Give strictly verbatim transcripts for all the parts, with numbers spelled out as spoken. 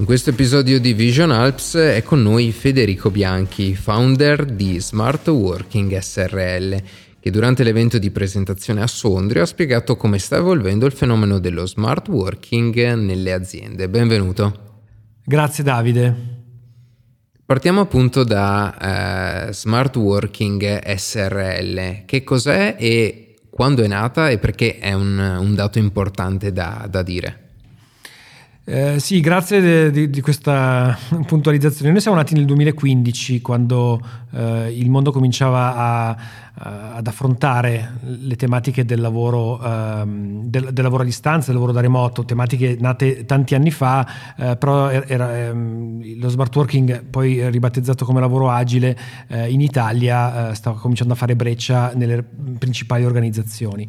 In questo episodio di Vision Alps è con noi Federico Bianchi, founder di Smart Working S R L, che durante l'evento di presentazione a Sondrio ha spiegato come sta evolvendo il fenomeno dello smart working nelle aziende. Benvenuto. Grazie Davide. Partiamo appunto da eh, Smart Working S R L. Che cos'è e quando è nata e perché è un, un dato importante da, da dire? Eh, sì, grazie di, di questa puntualizzazione. Noi siamo nati nel duemilaquindici, quando eh, il mondo cominciava a, a, ad affrontare le tematiche del lavoro, ehm, del, del lavoro a distanza, del lavoro da remoto, tematiche nate tanti anni fa, eh, però era, ehm, lo smart working, poi ribattezzato come lavoro agile, eh, in Italia eh, stava cominciando a fare breccia nelle principali organizzazioni.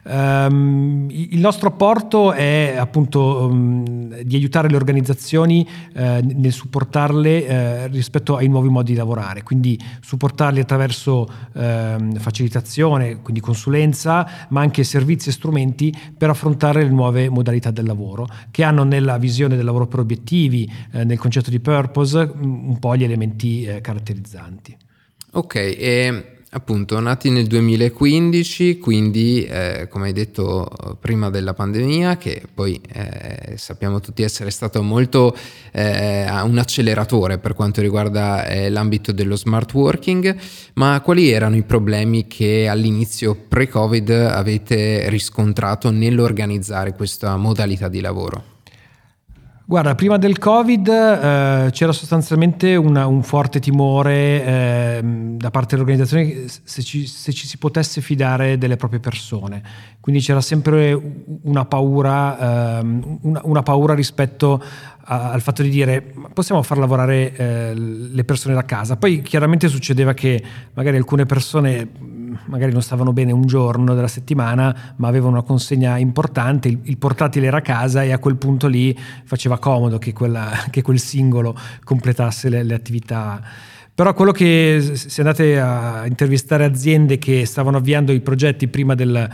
Um, il nostro apporto è appunto um, di aiutare le organizzazioni eh, nel supportarle eh, rispetto ai nuovi modi di lavorare, quindi supportarli attraverso eh, facilitazione, quindi consulenza, ma anche servizi e strumenti per affrontare le nuove modalità del lavoro, che hanno nella visione del lavoro per obiettivi, eh, nel concetto di purpose, un po' gli elementi eh, caratterizzanti. Ok, e appunto nati nel duemilaquindici, quindi eh, come hai detto prima della pandemia, che poi eh, sappiamo tutti essere stato molto eh, un acceleratore per quanto riguarda eh, l'ambito dello smart working, ma quali erano i problemi che all'inizio pre-Covid avete riscontrato nell'organizzare questa modalità di lavoro? Guarda, prima del Covid eh, c'era sostanzialmente una, un forte timore eh, da parte delle organizzazioni se ci, se ci si potesse fidare delle proprie persone. Quindi c'era sempre una paura, ehm, una, una paura rispetto a, al fatto di dire possiamo far lavorare eh, le persone da casa. Poi chiaramente succedeva che magari alcune persone magari non stavano bene un giorno della settimana, ma avevano una consegna importante, il, il portatile era a casa e a quel punto lì faceva comodo che, quella, che quel singolo completasse le, le attività. Però quello che, se andate a intervistare aziende che stavano avviando i progetti prima del,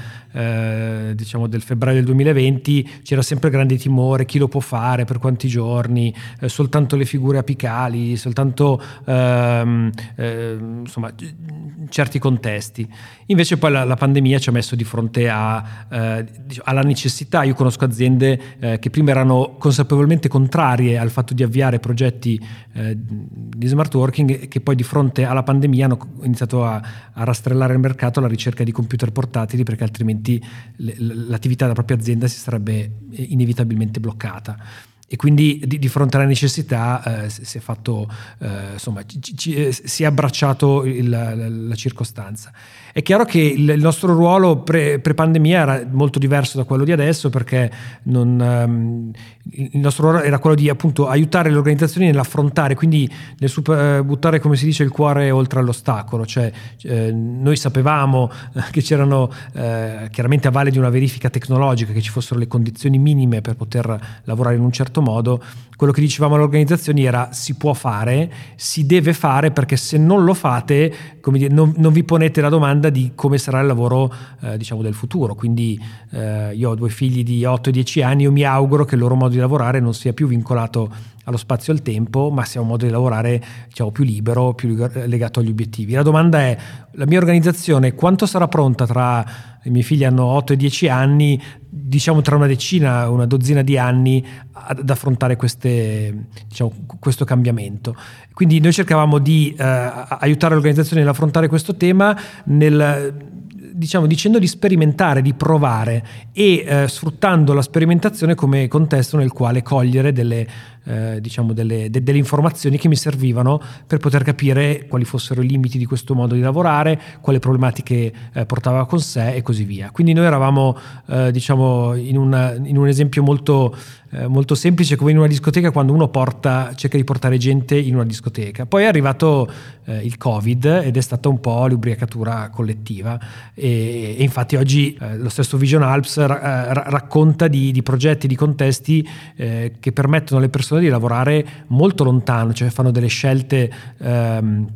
eh, diciamo del febbraio del duemilaventi, c'era sempre grande timore: chi lo può fare, per quanti giorni, eh, soltanto le figure apicali, soltanto ehm, eh, insomma certi contesti. Invece poi la, la pandemia ci ha messo di fronte a, eh, alla necessità. Io conosco aziende eh, che prima erano consapevolmente contrarie al fatto di avviare progetti eh, di smart working, che poi di fronte alla pandemia hanno iniziato a, a rastrellare il mercato alla ricerca di computer portatili, perché altrimenti le, l'attività della propria azienda si sarebbe inevitabilmente bloccata. E quindi di, di fronte alla necessità eh, si è fatto, eh, insomma, ci, ci, si è abbracciato il, la, la circostanza. È chiaro che il, il nostro ruolo pre, pre-pandemia era molto diverso da quello di adesso, perché non, um, il nostro ruolo era quello di appunto aiutare le organizzazioni nell'affrontare, quindi nel super, buttare, come si dice, il cuore oltre all'ostacolo. Cioè eh, noi sapevamo che c'erano eh, chiaramente, a valle di una verifica tecnologica, che ci fossero le condizioni minime per poter lavorare in un certo modo. Quello che dicevamo alle organizzazioni era: si può fare, si deve fare, perché se non lo fate, come dire, non, non vi ponete la domanda di come sarà il lavoro eh, diciamo del futuro. Quindi eh, io ho due figli di otto e dieci anni, io mi auguro che il loro modo di lavorare non sia più vincolato allo spazio e al tempo, ma sia un modo di lavorare, diciamo, più libero, più legato agli obiettivi. La domanda è: la mia organizzazione quanto sarà pronta tra, i miei figli hanno otto e dieci anni, diciamo tra una decina, una dozzina di anni, ad affrontare queste, diciamo, questo cambiamento. Quindi noi cercavamo di eh, aiutare le organizzazioni nell'affrontare questo tema, nel, diciamo, dicendo di sperimentare, di provare, e eh, sfruttando la sperimentazione come contesto nel quale cogliere delle Eh, diciamo delle, de, delle informazioni che mi servivano per poter capire quali fossero i limiti di questo modo di lavorare, quali problematiche eh, portava con sé e così via. Quindi noi eravamo eh, diciamo in, una, in un esempio molto, eh, molto semplice, come in una discoteca, quando uno porta, cerca di portare gente in una discoteca. Poi è arrivato eh, il Covid ed è stata un po' l'ubriacatura collettiva, e, e infatti oggi eh, lo stesso Vision Alps ra, ra, racconta di, di progetti, di contesti eh, che permettono alle persone di lavorare molto lontano, cioè fanno delle scelte ehm,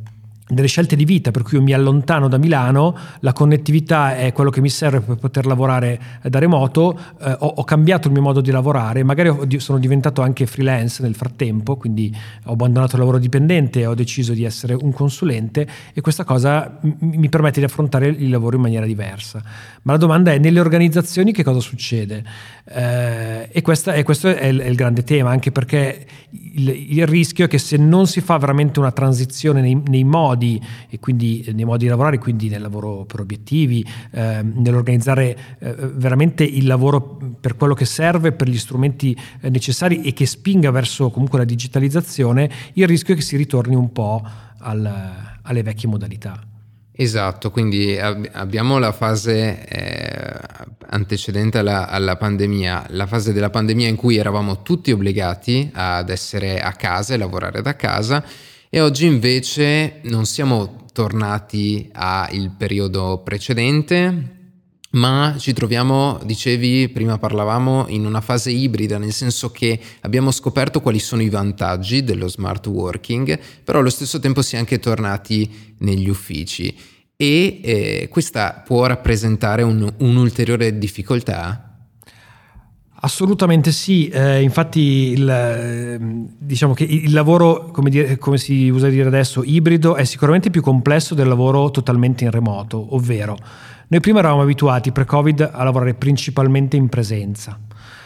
delle scelte di vita, per cui io mi allontano da Milano, la connettività è quello che mi serve per poter lavorare da remoto, eh, ho, ho cambiato il mio modo di lavorare, magari ho, sono diventato anche freelance nel frattempo, quindi ho abbandonato il lavoro dipendente e ho deciso di essere un consulente, e questa cosa m- mi permette di affrontare il lavoro in maniera diversa. Ma la domanda è: nelle organizzazioni che cosa succede? Eh, e, questa, e questo è il, è il grande tema, anche perché il, il rischio è che se non si fa veramente una transizione nei, nei modi, e quindi nei modi di lavorare, quindi nel lavoro per obiettivi, eh, nell'organizzare eh, veramente il lavoro per quello che serve, per gli strumenti eh, necessari, e che spinga verso comunque la digitalizzazione, il rischio è che si ritorni un po' al, alle vecchie modalità. Esatto, quindi ab- abbiamo la fase eh, antecedente alla, alla pandemia, la fase della pandemia in cui eravamo tutti obbligati ad essere a casa e lavorare da casa, e oggi invece non siamo tornati al periodo precedente, ma ci troviamo, dicevi, prima parlavamo, in una fase ibrida, nel senso che abbiamo scoperto quali sono i vantaggi dello smart working, però allo stesso tempo si è anche tornati negli uffici, e eh, questa può rappresentare un, un'ulteriore difficoltà? Assolutamente sì, eh, infatti il, eh, diciamo che il lavoro, come, dire, come si usa dire adesso, ibrido, è sicuramente più complesso del lavoro totalmente in remoto, ovvero noi prima eravamo abituati pre-Covid a lavorare principalmente in presenza.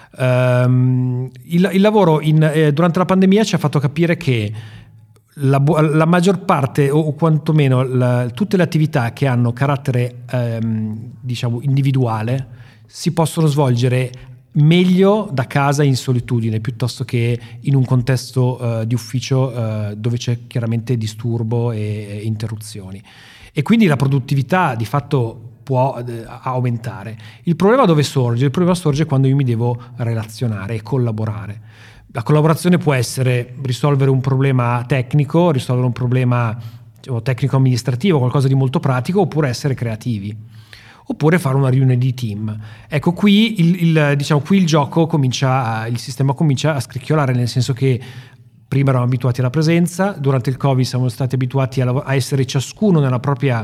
Um, il, il lavoro in, eh, durante la pandemia ci ha fatto capire che la, la maggior parte, o quantomeno la, tutte le attività che hanno carattere ehm, diciamo individuale, si possono svolgere meglio da casa in solitudine piuttosto che in un contesto uh, di ufficio uh, dove c'è chiaramente disturbo e, e interruzioni, e quindi la produttività di fatto può uh, aumentare. Il problema dove sorge? Il problema sorge quando io mi devo relazionare e collaborare. La collaborazione può essere risolvere un problema tecnico, risolvere un problema, diciamo, tecnico-amministrativo, qualcosa di molto pratico, oppure essere creativi, oppure fare una riunione di team. Ecco, qui il, il, diciamo, qui il gioco comincia, a, il sistema comincia a scricchiolare, nel senso che prima eravamo abituati alla presenza, durante il Covid siamo stati abituati a, a essere ciascuno nella propria,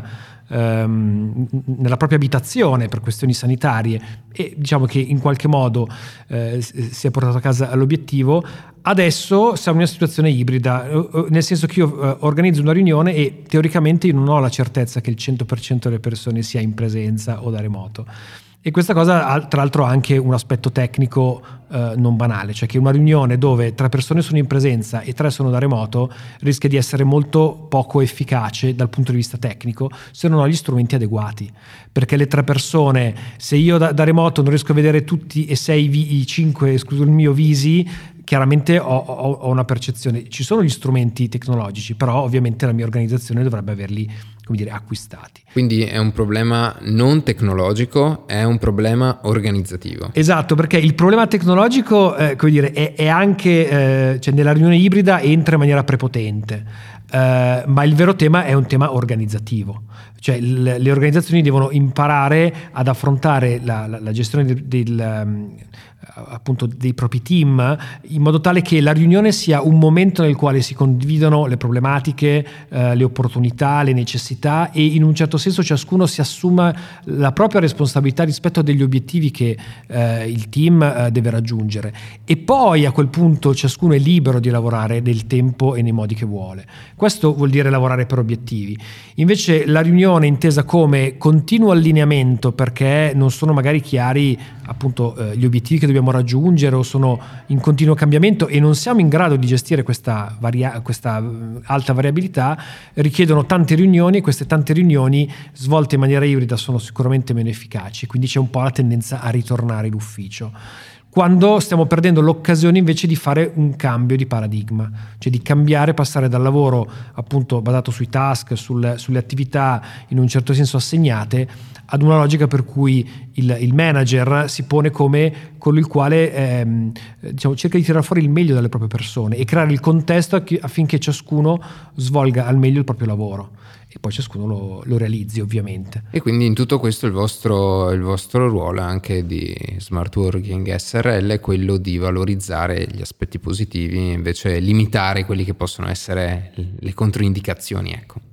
ehm, nella propria abitazione per questioni sanitarie, e diciamo che in qualche modo eh, si è portato a casa l'obiettivo. Adesso siamo in una situazione ibrida, nel senso che io organizzo una riunione e teoricamente io non ho la certezza che il cento per cento delle persone sia in presenza o da remoto. E questa cosa tra l'altro ha anche un aspetto tecnico eh, non banale, cioè che una riunione dove tre persone sono in presenza e tre sono da remoto rischia di essere molto poco efficace dal punto di vista tecnico se non ho gli strumenti adeguati, perché le tre persone, se io da, da remoto non riesco a vedere tutti e sei vi, i cinque, escluso il mio, visi, chiaramente ho, ho, ho una percezione. Ci sono gli strumenti tecnologici, però ovviamente la mia organizzazione dovrebbe averli, come dire, acquistati. Quindi è un problema non tecnologico, è un problema organizzativo. Esatto, perché il problema tecnologico, eh, come dire, è, è anche, eh, cioè nella riunione ibrida entra in maniera prepotente, eh, ma il vero tema è un tema organizzativo. Cioè le, le organizzazioni devono imparare ad affrontare la, la, la gestione del, del um, appunto dei propri team, in modo tale che la riunione sia un momento nel quale si condividono le problematiche, eh, le opportunità, le necessità, e in un certo senso ciascuno si assuma la propria responsabilità rispetto a degli obiettivi che eh, il team eh, deve raggiungere, e poi a quel punto ciascuno è libero di lavorare nel tempo e nei modi che vuole. Questo vuol dire lavorare per obiettivi. Invece la riunione intesa come continuo allineamento, perché non sono magari chiari appunto eh, gli obiettivi che dobbiamo raggiungere, o sono in continuo cambiamento e non siamo in grado di gestire questa, varia- questa alta variabilità, richiedono tante riunioni, e queste tante riunioni svolte in maniera ibrida sono sicuramente meno efficaci, quindi c'è un po' la tendenza a ritornare in ufficio, quando stiamo perdendo l'occasione invece di fare un cambio di paradigma, cioè di cambiare, passare dal lavoro appunto basato sui task, sul, sulle attività in un certo senso assegnate, ad una logica per cui il, il manager si pone come colui il quale ehm, diciamo, cerca di tirare fuori il meglio dalle proprie persone e creare il contesto affinché ciascuno svolga al meglio il proprio lavoro, e poi ciascuno lo, lo realizzi ovviamente. E quindi in tutto questo il vostro, il vostro ruolo anche di Smart Working S R L è quello di valorizzare gli aspetti positivi e invece limitare quelli che possono essere le controindicazioni, ecco.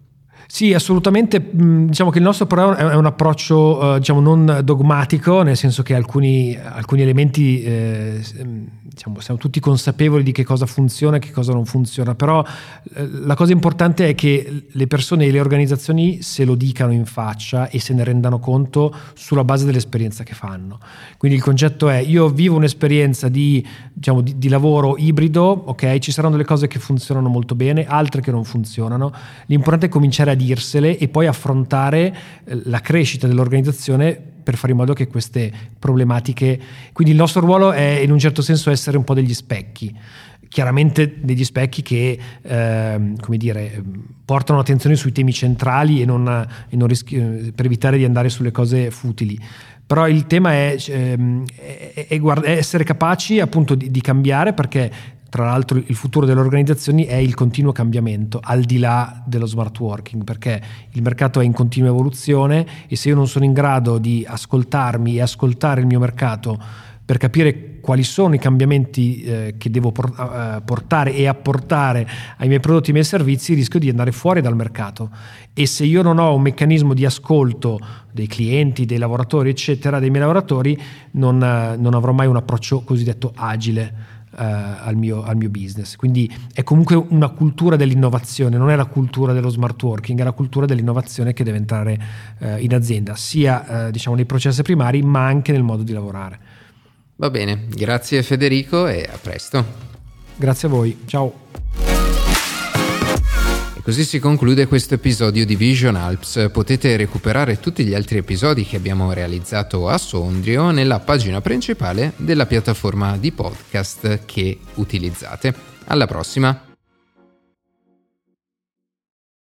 Sì, assolutamente. Diciamo che il nostro però è un approccio eh, diciamo non dogmatico, nel senso che alcuni, alcuni elementi eh, diciamo, siamo tutti consapevoli di che cosa funziona e che cosa non funziona, però eh, la cosa importante è che le persone e le organizzazioni se lo dicano in faccia e se ne rendano conto sulla base dell'esperienza che fanno. Quindi il concetto è: io vivo un'esperienza di, diciamo, di, di lavoro ibrido, ok, ci saranno delle cose che funzionano molto bene, altre che non funzionano, l'importante è cominciare a dirsele e poi affrontare la crescita dell'organizzazione per fare in modo che queste problematiche, quindi il nostro ruolo è in un certo senso essere un po' degli specchi, chiaramente degli specchi che eh, come dire, portano attenzione sui temi centrali e non, e non rischi, per evitare di andare sulle cose futili. Però il tema è, ehm, è, è, guarda, è essere capaci appunto di, di cambiare, perché tra l'altro il futuro delle organizzazioni è il continuo cambiamento, al di là dello smart working, perché il mercato è in continua evoluzione e se io non sono in grado di ascoltarmi e ascoltare il mio mercato per capire quali sono i cambiamenti eh, che devo por- uh, portare e apportare ai miei prodotti e ai miei servizi, rischio di andare fuori dal mercato. E se io non ho un meccanismo di ascolto dei clienti, dei lavoratori, eccetera, dei miei lavoratori, non, uh, non avrò mai un approccio cosiddetto agile Uh, al, mio, al mio business. Quindi è comunque una cultura dell'innovazione, non è la cultura dello smart working, è la cultura dell'innovazione che deve entrare uh, in azienda, sia uh, diciamo nei processi primari ma anche nel modo di lavorare. Va bene, grazie Federico e a presto. Grazie a voi, ciao. Così si conclude questo episodio di Vision Alps. Potete recuperare tutti gli altri episodi che abbiamo realizzato a Sondrio nella pagina principale della piattaforma di podcast che utilizzate. Alla prossima!